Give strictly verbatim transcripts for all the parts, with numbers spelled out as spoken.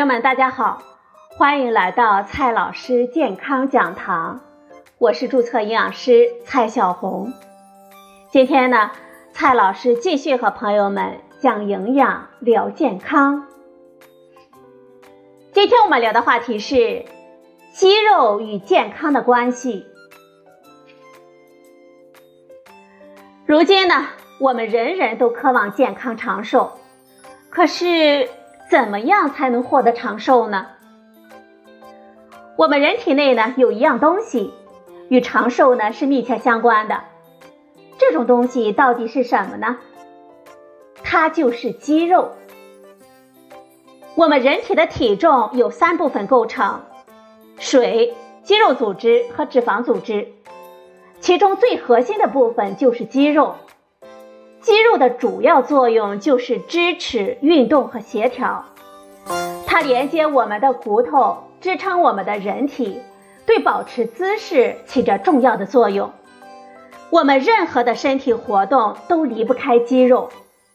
友们大家好，欢迎来到蔡老师健康讲堂，我是注册营养师蔡小红。今天呢，蔡老师继续和朋友们讲营养聊健康。今天我们聊的话题是肌肉与健康的关系。如今呢，我们人人都渴望健康长寿，可是怎么样才能获得长寿呢？我们人体内呢有一样东西与长寿呢是密切相关的，这种东西到底是什么呢？它就是肌肉。我们人体的体重有三部分构成：水、肌肉组织和脂肪组织，其中最核心的部分就是肌肉。肌肉的主要作用就是支持运动和协调，它连接我们的骨头，支撑我们的人体，对保持姿势起着重要的作用。我们任何的身体活动都离不开肌肉。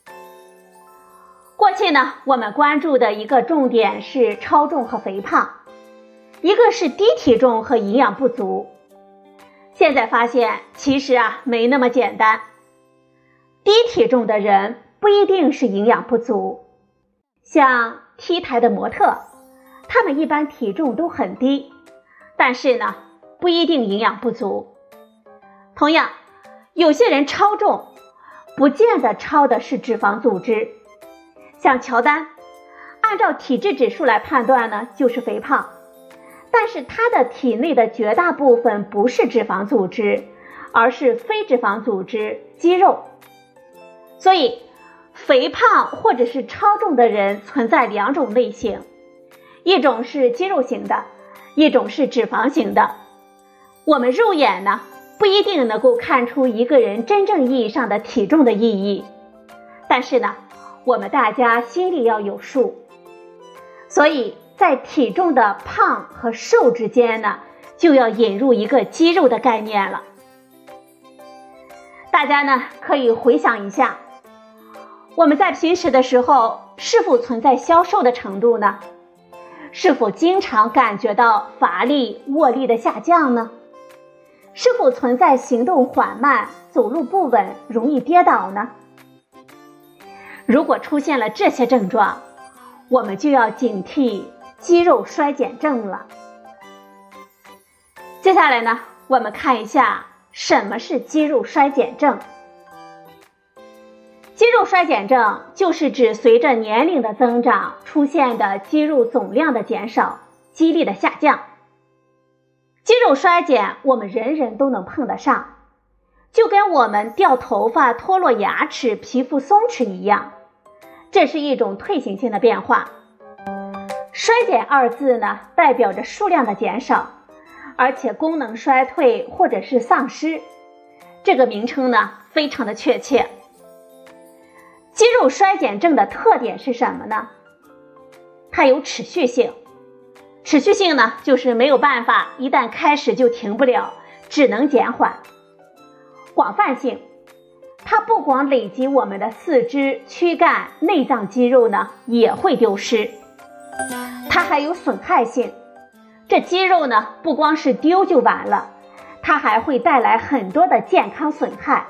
过去呢，我们关注的一个重点是超重和肥胖，一个是低体重和营养不足。现在发现其实啊没那么简单。低体重的人不一定是营养不足，像 T 台的模特，他们一般体重都很低，但是呢不一定营养不足。同样，有些人超重，不见得超的是脂肪组织，像乔丹，按照体质指数来判断呢就是肥胖，但是他的体内的绝大部分不是脂肪组织，而是非脂肪组织肌肉。所以肥胖或者是超重的人存在两种类型，一种是肌肉型的，一种是脂肪型的。我们肉眼呢不一定能够看出一个人真正意义上的体重的意义，但是呢我们大家心里要有数。所以在体重的胖和瘦之间呢，就要引入一个肌肉的概念了。大家呢可以回想一下，我们在平时的时候是否存在消瘦的程度呢？是否经常感觉到乏力、握力的下降呢？是否存在行动缓慢、走路不稳、容易跌倒呢？如果出现了这些症状，我们就要警惕肌肉衰减症了。接下来呢，我们看一下什么是肌肉衰减症。肌肉衰减症就是指随着年龄的增长出现的肌肉总量的减少，肌力的下降。肌肉衰减我们人人都能碰得上，就跟我们掉头发、脱落牙齿、皮肤松弛一样，这是一种退行性的变化。衰减二字呢，代表着数量的减少，而且功能衰退或者是丧失，这个名称呢非常的确切。肌肉衰减症的特点是什么呢？它有持续性。持续性呢，就是没有办法，一旦开始就停不了，只能减缓。广泛性，它不光累积我们的四肢、躯干、内脏肌肉呢，也会丢失。它还有损害性，这肌肉呢，不光是丢就完了，它还会带来很多的健康损害。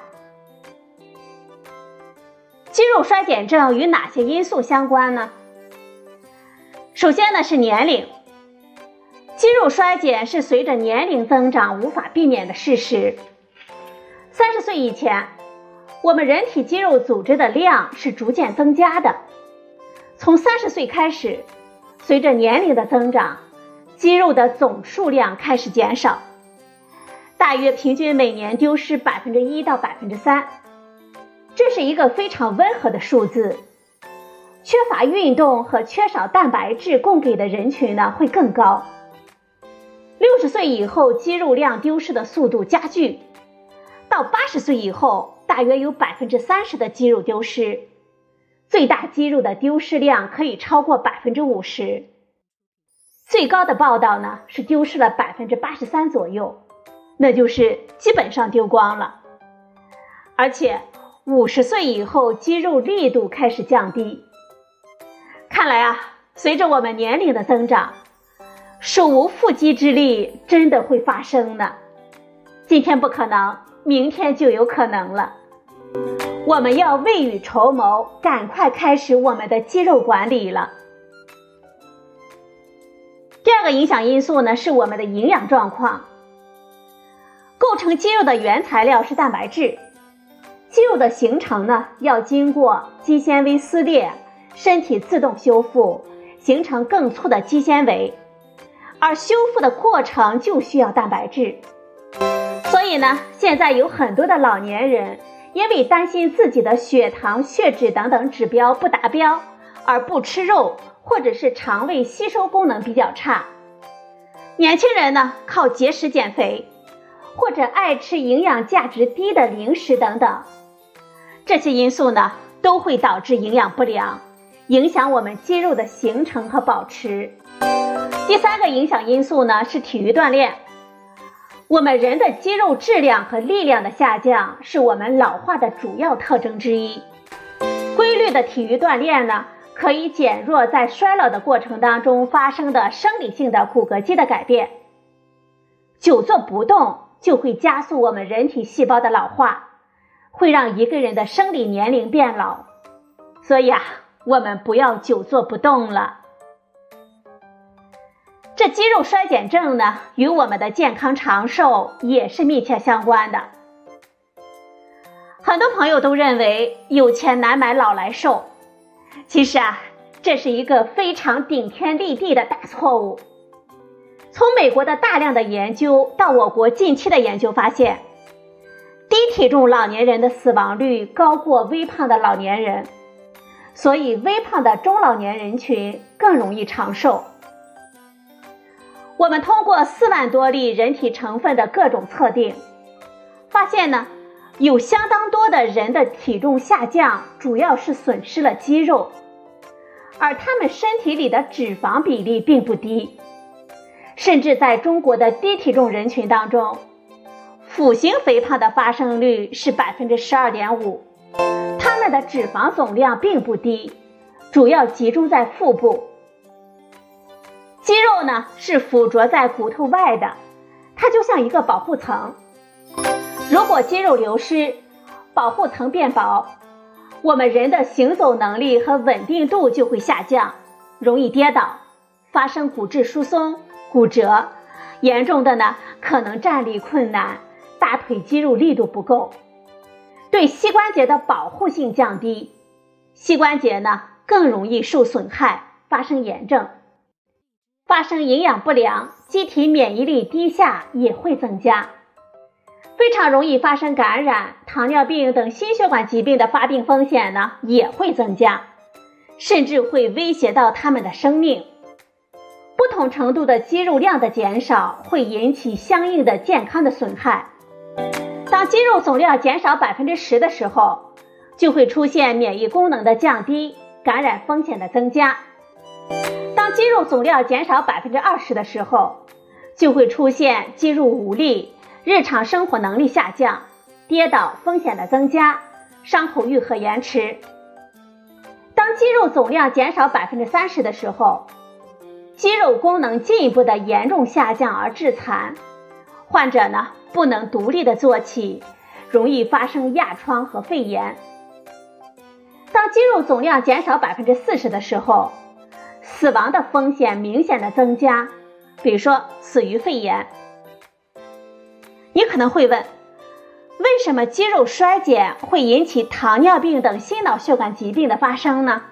肌肉衰减症与哪些因素相关呢？首先呢是年龄。肌肉衰减是随着年龄增长无法避免的事实。三十岁以前，我们人体肌肉组织的量是逐渐增加的。从三十岁开始，随着年龄的增长，肌肉的总数量开始减少，大约平均每年丢失 百分之一 到 百分之三。这是一个非常温和的数字。缺乏运动和缺少蛋白质供给的人群呢会更高。六十岁以后肌肉量丢失的速度加剧，到八十岁以后大约有 百分之三十 的肌肉丢失，最大肌肉的丢失量可以超过 百分之五十。最高的报道呢是丢失了 百分之八十三 左右，那就是基本上丢光了。而且五十岁以后肌肉力度开始降低。看来啊， 随着我们年龄的增长，手无缚鸡之力真的会发生呢。今天不可能，明天就有可能了。我们要未雨绸缪，赶快开始我们的肌肉管理了。第二个影响因素呢，是我们的营养状况。构成肌肉的原材料是蛋白质，肌肉的形成呢，要经过肌纤维撕裂，身体自动修复，形成更粗的肌纤维，而修复的过程就需要蛋白质。所以呢，现在有很多的老年人因为担心自己的血糖、血脂等等指标不达标而不吃肉，或者是肠胃吸收功能比较差。年轻人呢，靠节食减肥，或者爱吃营养价值低的零食等等，这些因素呢，都会导致营养不良，影响我们肌肉的形成和保持。第三个影响因素呢，是体育锻炼。我们人的肌肉质量和力量的下降是我们老化的主要特征之一。规律的体育锻炼呢，可以减弱在衰老的过程当中发生的生理性的骨骼肌的改变。久坐不动就会加速我们人体细胞的老化，会让一个人的生理年龄变老。所以啊，我们不要久坐不动了。这肌肉衰减症呢，与我们的健康长寿也是密切相关的。很多朋友都认为有钱难买老来瘦，其实啊，这是一个非常顶天立地的大错误。从美国的大量的研究到我国近期的研究发现，低体重老年人的死亡率高过微胖的老年人，所以微胖的中老年人群更容易长寿。我们通过四万多例人体成分的各种测定，发现呢，有相当多的人的体重下降主要是损失了肌肉，而他们身体里的脂肪比例并不低。甚至在中国的低体重人群当中，腹型肥胖的发生率是 百分之十二点五， 他们的脂肪总量并不低，主要集中在腹部。肌肉呢，是附着在骨头外的，它就像一个保护层。如果肌肉流失，保护层变薄，我们人的行走能力和稳定度就会下降，容易跌倒，发生骨质疏松、骨折，严重的呢，可能站立困难，大腿肌肉力度不够，对膝关节的保护性降低，膝关节呢更容易受损害，发生炎症，发生营养不良，机体免疫力低下也会增加，非常容易发生感染、糖尿病等心血管疾病的发病风险呢也会增加，甚至会威胁到他们的生命。不同程度的肌肉量的减少会引起相应的健康的损害。当肌肉总量减少 百分之十 的时候，就会出现免疫功能的降低，感染风险的增加。当肌肉总量减少 百分之二十 的时候，就会出现肌肉无力，日常生活能力下降，跌倒风险的增加，伤口愈合延迟。当肌肉总量减少 百分之三十 的时候，肌肉功能进一步的严重下降而致残，患者呢不能独立的坐起，容易发生压疮和肺炎。当肌肉总量减少 百分之四十 的时候，死亡的风险明显的增加，比如说死于肺炎。你可能会问，为什么肌肉衰减会引起糖尿病等心脑血管疾病的发生呢？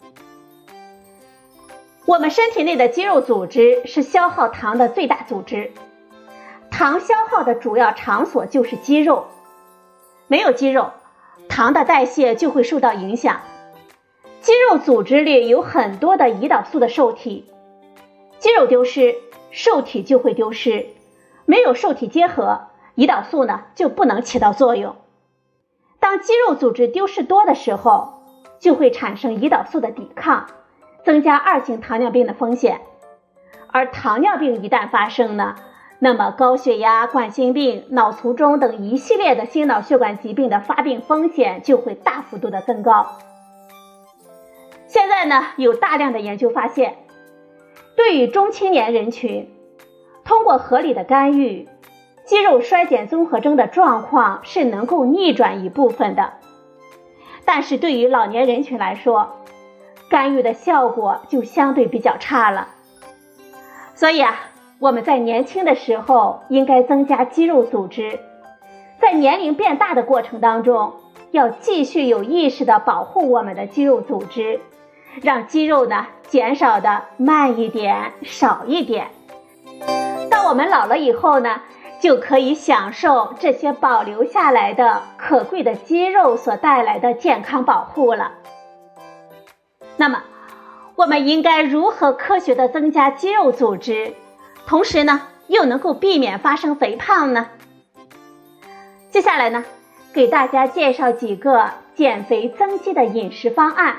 我们身体内的肌肉组织是消耗糖的最大组织，糖消耗的主要场所就是肌肉，没有肌肉，糖的代谢就会受到影响。肌肉组织里有很多的胰岛素的受体，肌肉丢失，受体就会丢失，没有受体结合，胰岛素呢就不能起到作用。当肌肉组织丢失多的时候，就会产生胰岛素的抵抗，增加二型糖尿病的风险。而糖尿病一旦发生呢，那么高血压、冠心病、脑卒中等一系列的心脑血管疾病的发病风险就会大幅度的增高。 现在呢，有大量的研究发现，对于中青年人群，通过合理的干预，肌肉衰减综合征的状况是能够逆转一部分的。但是对于老年人群来说，干预的效果就相对比较差了。所以啊，我们在年轻的时候应该增加肌肉组织，在年龄变大的过程当中，要继续有意识地保护我们的肌肉组织，让肌肉呢减少的慢一点，少一点。当我们老了以后呢，就可以享受这些保留下来的可贵的肌肉所带来的健康保护了。那么，我们应该如何科学地增加肌肉组织，同时呢，又能够避免发生肥胖呢？接下来呢，给大家介绍几个减肥增肌的饮食方案。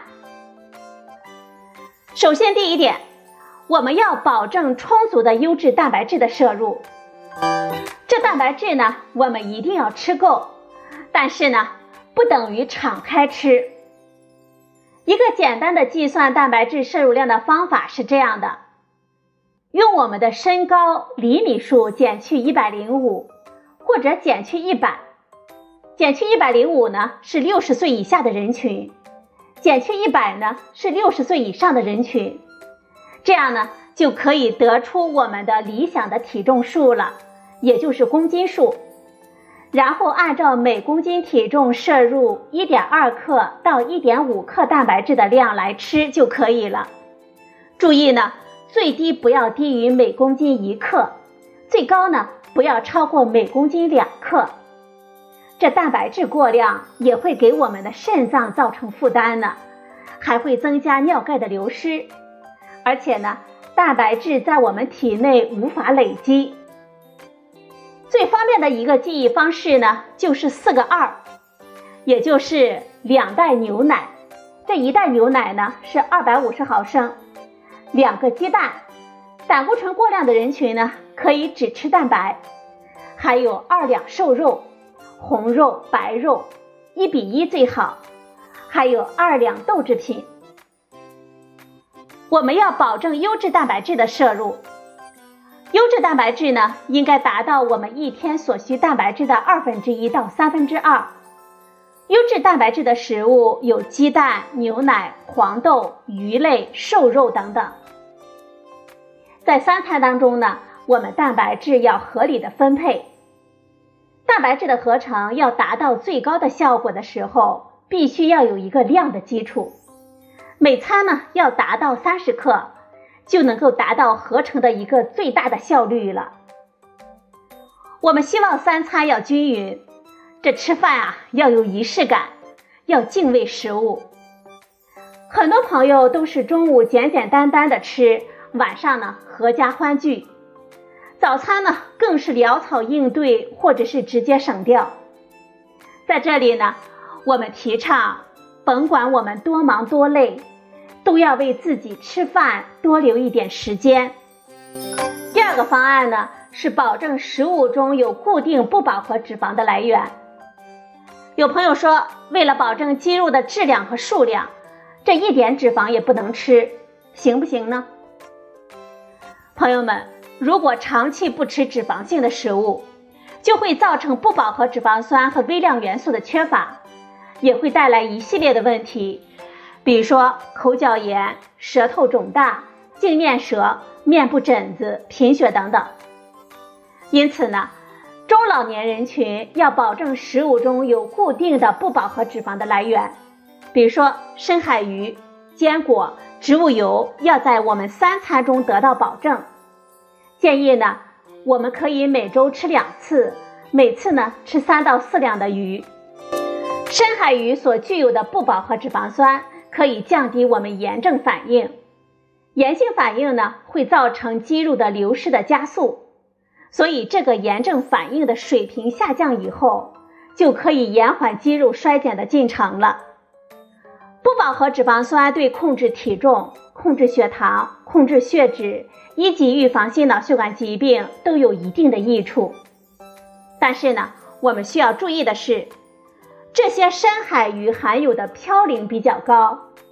首先，第一点，我们要保证充足的优质蛋白质的摄入。这蛋白质呢，我们一定要吃够，但是呢，不等于敞开吃。一个简单的计算蛋白质摄入量的方法是这样的：用我们的身高厘米数减去一百零五，或者减去一百。减去一百零五呢，是六十岁以下的人群，减去一百呢，是六十岁以上的人群。这样呢，就可以得出我们的理想的体重数了，也就是公斤数。然后按照每公斤体重摄入 一点二克到 一点五克蛋白质的量来吃就可以了。注意呢，最低不要低于每公斤一克，最高呢不要超过每公斤两克。这蛋白质过量也会给我们的肾脏造成负担呢，还会增加尿钙的流失。而且呢，蛋白质在我们体内无法累积。最方便的一个记忆方式呢，就是四个二，也就是两袋牛奶。这一袋牛奶呢是二百五十毫升，两个鸡蛋。胆固醇过量的人群呢，可以只吃蛋白。还有二两瘦肉，红肉、白肉一比一最好。还有二两豆制品。我们要保证优质蛋白质的摄入。优质蛋白质呢，应该达到我们一天所需蛋白质的二分之一到三分之二。优质蛋白质的食物有鸡蛋、牛奶、黄豆、鱼类、瘦肉等等。在三餐当中呢，我们蛋白质要合理的分配。蛋白质的合成要达到最高的效果的时候，必须要有一个量的基础。每餐呢要达到三十克，就能够达到合成的一个最大的效率了。我们希望三餐要均匀，这吃饭啊要有仪式感，要敬畏食物。很多朋友都是中午简简单单的吃，晚上呢合家欢聚。早餐呢更是潦草应对，或者是直接省掉。在这里呢，我们提倡甭管我们多忙多累，都要为自己吃饭多留一点时间。第二个方案呢，是保证食物中有固定不饱和脂肪的来源。有朋友说，为了保证肌肉的质量和数量，这一点脂肪也不能吃，行不行呢？朋友们，如果长期不吃脂肪性的食物，就会造成不饱和脂肪酸和微量元素的缺乏，也会带来一系列的问题，比如说口角炎、舌头肿大、镜面舌、面部疹子、贫血等等。因此呢，中老年人群要保证食物中有固定的不饱和脂肪的来源，比如说深海鱼、坚果、植物油要在我们三餐中得到保证。建议呢，我们可以每周吃两次，每次呢吃三到四两的鱼。深海鱼所具有的不饱和脂肪酸可以降低我们炎症反应，炎性反应呢会造成肌肉的流失的加速，所以这个炎症反应的水平下降以后，就可以延缓肌肉衰减的进程了。不饱和脂肪酸对控制体重、控制血糖、控制血脂以及预防心脑血管疾病都有一定的益处。但是呢，我们需要注意的是，这些深海鱼含有的嘌呤比较高，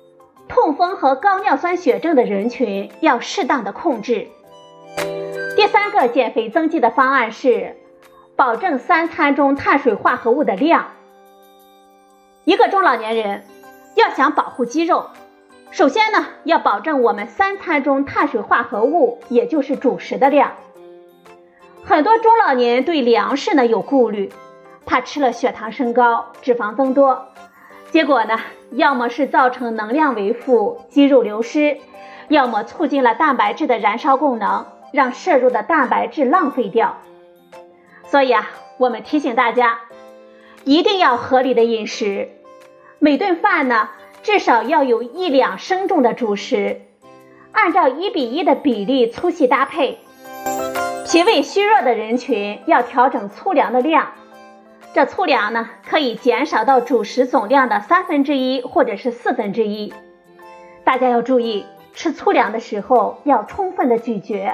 痛风和高尿酸血症的人群要适当的控制。第三个减肥增肌的方案是保证三餐中碳水化合物的量。一个中老年人要想保护肌肉，首先呢，要保证我们三餐中碳水化合物，也就是主食的量。很多中老年人对粮食呢有顾虑，怕吃了血糖升高，脂肪增多，结果呢，要么是造成能量为负，肌肉流失，要么促进了蛋白质的燃烧功能，让摄入的蛋白质浪费掉。所以啊，我们提醒大家，一定要合理的饮食，每顿饭呢，至少要有一两升重的主食，按照一比一的比例粗细搭配。脾胃虚弱的人群要调整粗粮的量，这粗粮呢，可以减少到主食总量的三分之一或者是四分之一。大家要注意，吃粗粮的时候要充分的咀嚼。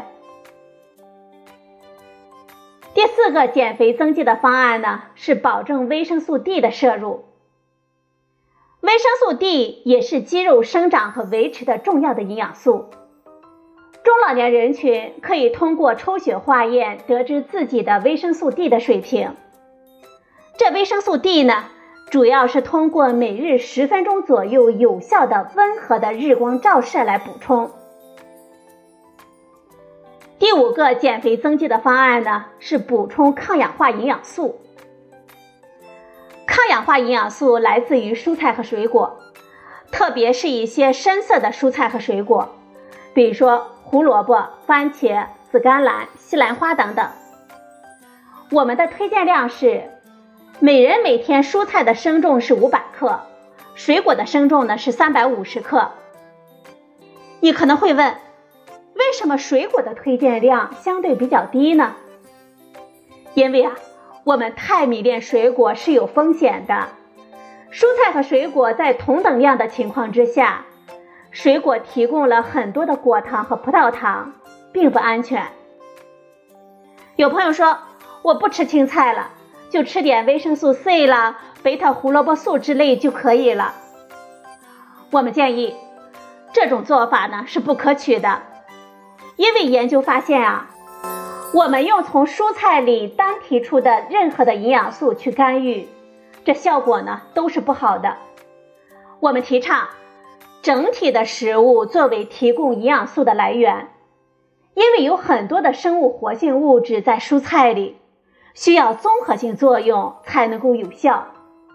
第四个减肥增肌的方案呢，是保证维生素 D 的摄入。维生素 D 也是肌肉生长和维持的重要的营养素。中老年人群可以通过抽血化验得知自己的维生素 D 的水平。这维生素 D 呢，主要是通过每日十分钟左右有效的温和的日光照射来补充。第五个减肥增肌的方案呢，是补充抗氧化营养素。抗氧化营养素来自于蔬菜和水果，特别是一些深色的蔬菜和水果，比如说胡萝卜、番茄、紫甘蓝、西兰花等等。我们的推荐量是每人每天蔬菜的生重是五百克，水果的生重呢是三百五十克。你可能会问，为什么水果的推荐量相对比较低呢？因为啊，我们太迷恋水果是有风险的。蔬菜和水果在同等量的情况之下，水果提供了很多的果糖和葡萄糖，并不安全。有朋友说，我不吃青菜了，就吃点维生素 C 啦、贝塔胡萝卜素之类就可以了。我们建议，这种做法呢是不可取的，因为研究发现啊，我们用从蔬菜里单提出的任何的营养素去干预，这效果呢都是不好的。我们提倡整体的食物作为提供营养素的来源，因为有很多的生物活性物质在蔬菜里，需要综合性作用才能够有效。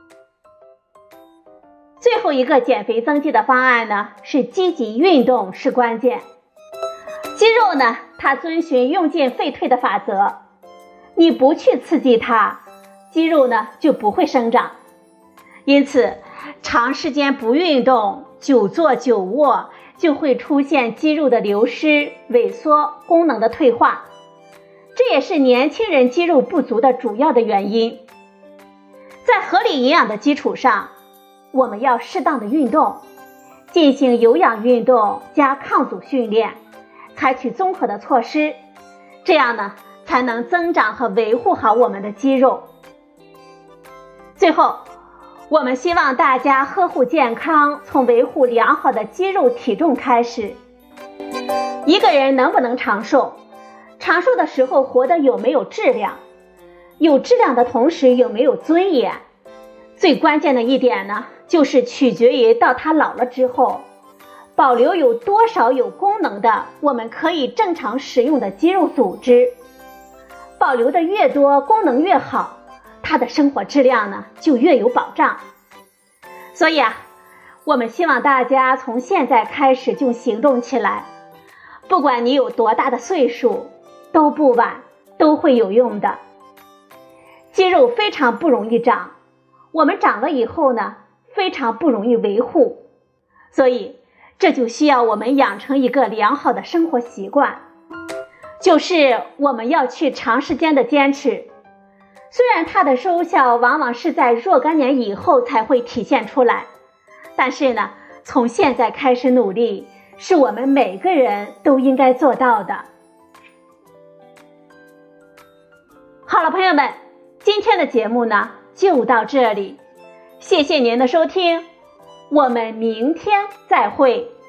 最后一个减肥增肌的方案呢，是积极运动是关键。肌肉呢，它遵循用进废退的法则，你不去刺激它，肌肉呢就不会生长。因此，长时间不运动，久坐久卧，就会出现肌肉的流失、萎缩、功能的退化，这也是年轻人肌肉不足的主要的原因。在合理营养的基础上，我们要适当的运动，进行有氧运动加抗阻训练，采取综合的措施，这样呢才能增长和维护好我们的肌肉。最后，我们希望大家呵护健康，从维护良好的肌肉体重开始。一个人能不能长寿，长寿的时候活得有没有质量，有质量的同时有没有尊严，最关键的一点呢，就是取决于到他老了之后，保留有多少有功能的我们可以正常使用的肌肉组织，保留的越多，功能越好，他的生活质量呢就越有保障。所以啊，我们希望大家从现在开始就行动起来，不管你有多大的岁数，都不晚，都会有用的。肌肉非常不容易长，我们长了以后呢，非常不容易维护，所以这就需要我们养成一个良好的生活习惯，就是我们要去长时间的坚持。虽然它的收效往往是在若干年以后才会体现出来，但是呢，从现在开始努力，是我们每个人都应该做到的。好了，朋友们，今天的节目呢就到这里，谢谢您的收听， 我们明天再会。